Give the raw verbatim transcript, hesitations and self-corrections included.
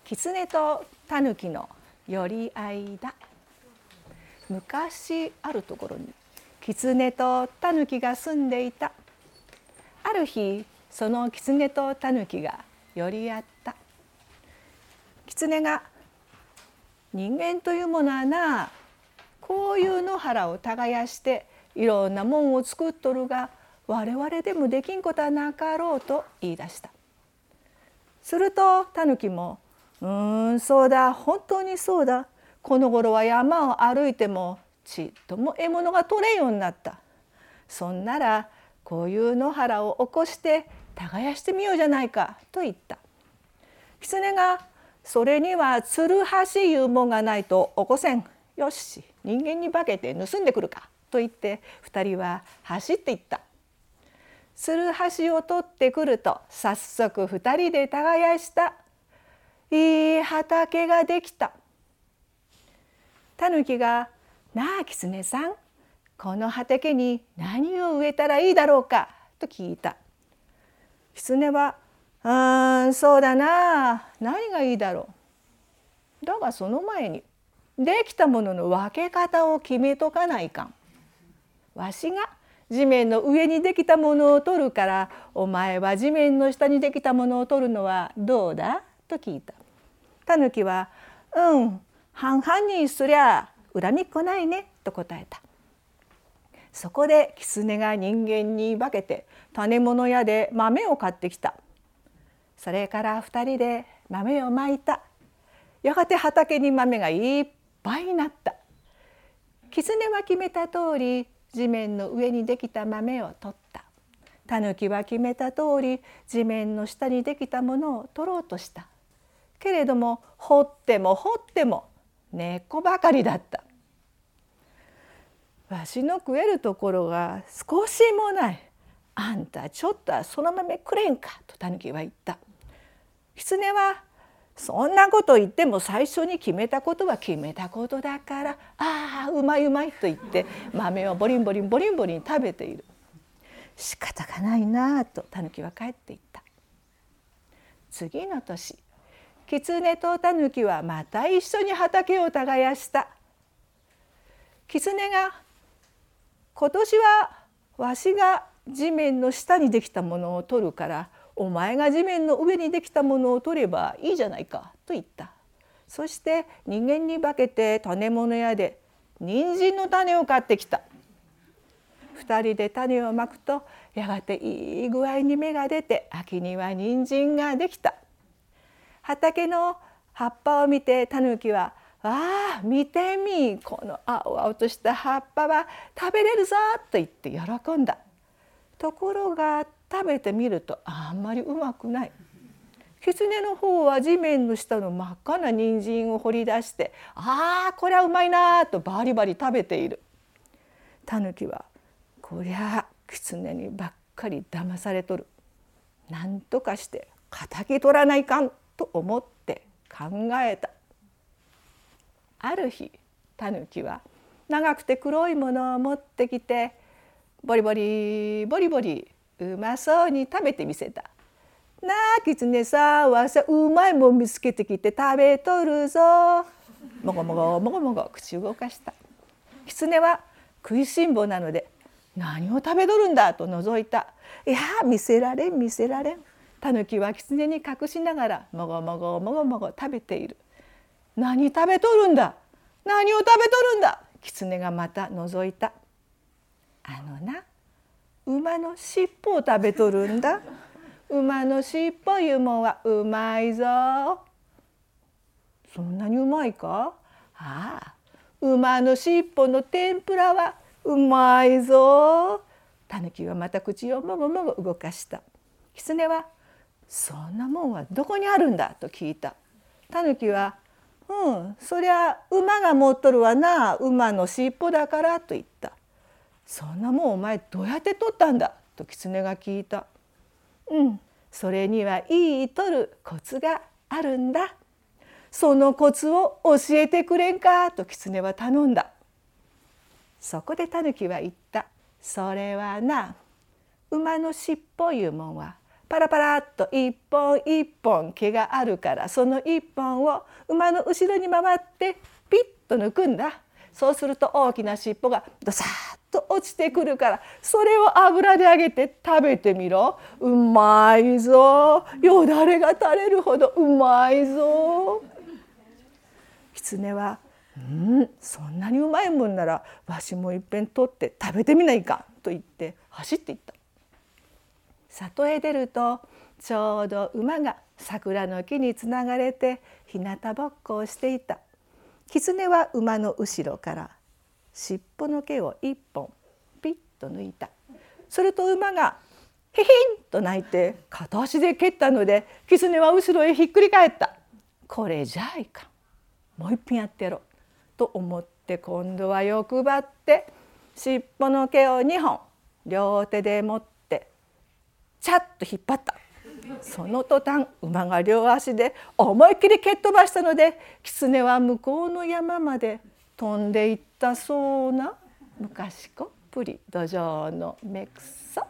狐と狸の寄り合いだ。昔あるところに狐と狸が住んでいた。ある日その狐と狸が寄り合った。狐が、人間というものはな、こういう野原を耕していろんなもんを作っとるが、我々でもできんことはなかろうと言い出した。すると狸も、うーんそうだ、本当にそうだ、この頃は山を歩いてもちっとも獲物が取れんようになった。そんならこういう野原を起こして耕してみようじゃないかと言った。狐が、それにはつるはしいうもんがないと起こせん。よし、人間に化けて盗んでくるかと言って二人は走っていった。つるはしを取ってくると早速二人で耕した。いい畑ができた。狸が、なあ狐さん、この畑に何を植えたらいいだろうかと聞いた。狐は、うーんそうだな、何がいいだろう。だがその前にできたものの分け方を決めとかないかん。わしが地面の上にできたものを取るから、お前は地面の下にできたものを取るのはどうだと聞いた。狸は、うん、半々にすりゃ恨みっこないねと答えた。そこで狐が人間に化けて種物屋で豆を買ってきた。それから二人で豆をまいた。やがて畑に豆がいっぱいになった。狐は決めた通り地面の上にできた豆を取った。狸は決めた通り地面の下にできたものを取ろうとした。けれども掘っても掘っても根っこばかりだった。わしの食えるところが少しもない。あんたちょっとはその豆くれんかと狸は言った。狐は、そんなこと言っても最初に決めたことは決めたことだから、ああうまいうまいと言って豆をボリンボリンボリンボリン食べている。仕方がないなと狸は帰っていった。次の年、狐と狸はまた一緒に畑を耕した。狐が、今年はわしが地面の下にできたものを取るから、お前が地面の上にできたものを取ればいいじゃないかと言った。そして人間に化けて種物屋で人参の種を買ってきた。二人で種をまくとやがていい具合に芽が出て、秋には人参ができた。畑の葉っぱを見て狸は、ああ見てみ、この青々とした葉っぱは食べれるぞと言って喜んだ。ところが食べてみるとあんまりうまくない。狐の方は地面の下の真っ赤な人参を掘り出して、ああこりゃうまいなとバリバリ食べている。狸は、こりゃ狐にばっかり騙されとる。なんとかして敵取らないかんと思って考えた。ある日狸は長くて黒いものを持ってきて、ボリボリボリボリうまそうに食べてみせた。なあ狐さん、わしゃうまいもん見つけてきて食べとるぞ。もごもごもごもご口動かした。狐は食いしん坊なので、何を食べとるんだと覗いた。いや見せられん見せられん。狸は狐に隠しながらもごもごもごもご食べている。何食べとるんだ、何を食べとるんだ。狐がまた覗いた。あのな、馬の尻尾を食べとるんだ。馬の尻尾いうもんはうまいぞ。そんなにうまいか。ああ、馬の尻尾の天ぷらはうまいぞ。狸はまた口をもごもご動かした。狐は、そんなもんはどこにあるんだと聞いた。狸は、うん、そりゃ馬が持っとるわな、馬の尻尾だからと言った。そんなもんお前どうやって取ったんだと狐が聞いた。うん、それにはいい取るコツがあるんだ。そのコツを教えてくれんかと狐は頼んだ。そこで狸は言った。それはな、馬の尻尾いうもんはパラパラっと一本一本毛があるから、その一本を馬の後ろに回ってピッと抜くんだ。そうすると大きな尻尾がドサッと落ちてくるから、それを油で揚げて食べてみろ。うまいぞ。よだれが垂れるほどうまいぞ。狐はうんそんなにうまいもんならわしもいっぺん取って食べてみないかと言って走っていった。里へ出るとちょうど馬が桜の木につながれて日向ぼっこをしていた。狐は馬の後ろから尻尾の毛を一本ピッと抜いた。すると馬がヒヒンと鳴いて片足で蹴ったので、狐は後ろへひっくり返った。これじゃあいかん、もう一品やってやろうと思って、今度は欲張って尻尾の毛をにほん両手で持ってチャッと引っ張った。その途端馬が両足で思いっきり蹴っ飛ばしたので、狐は向こうの山まで飛んでいったそうな。昔こっぷり土壌のめくそ。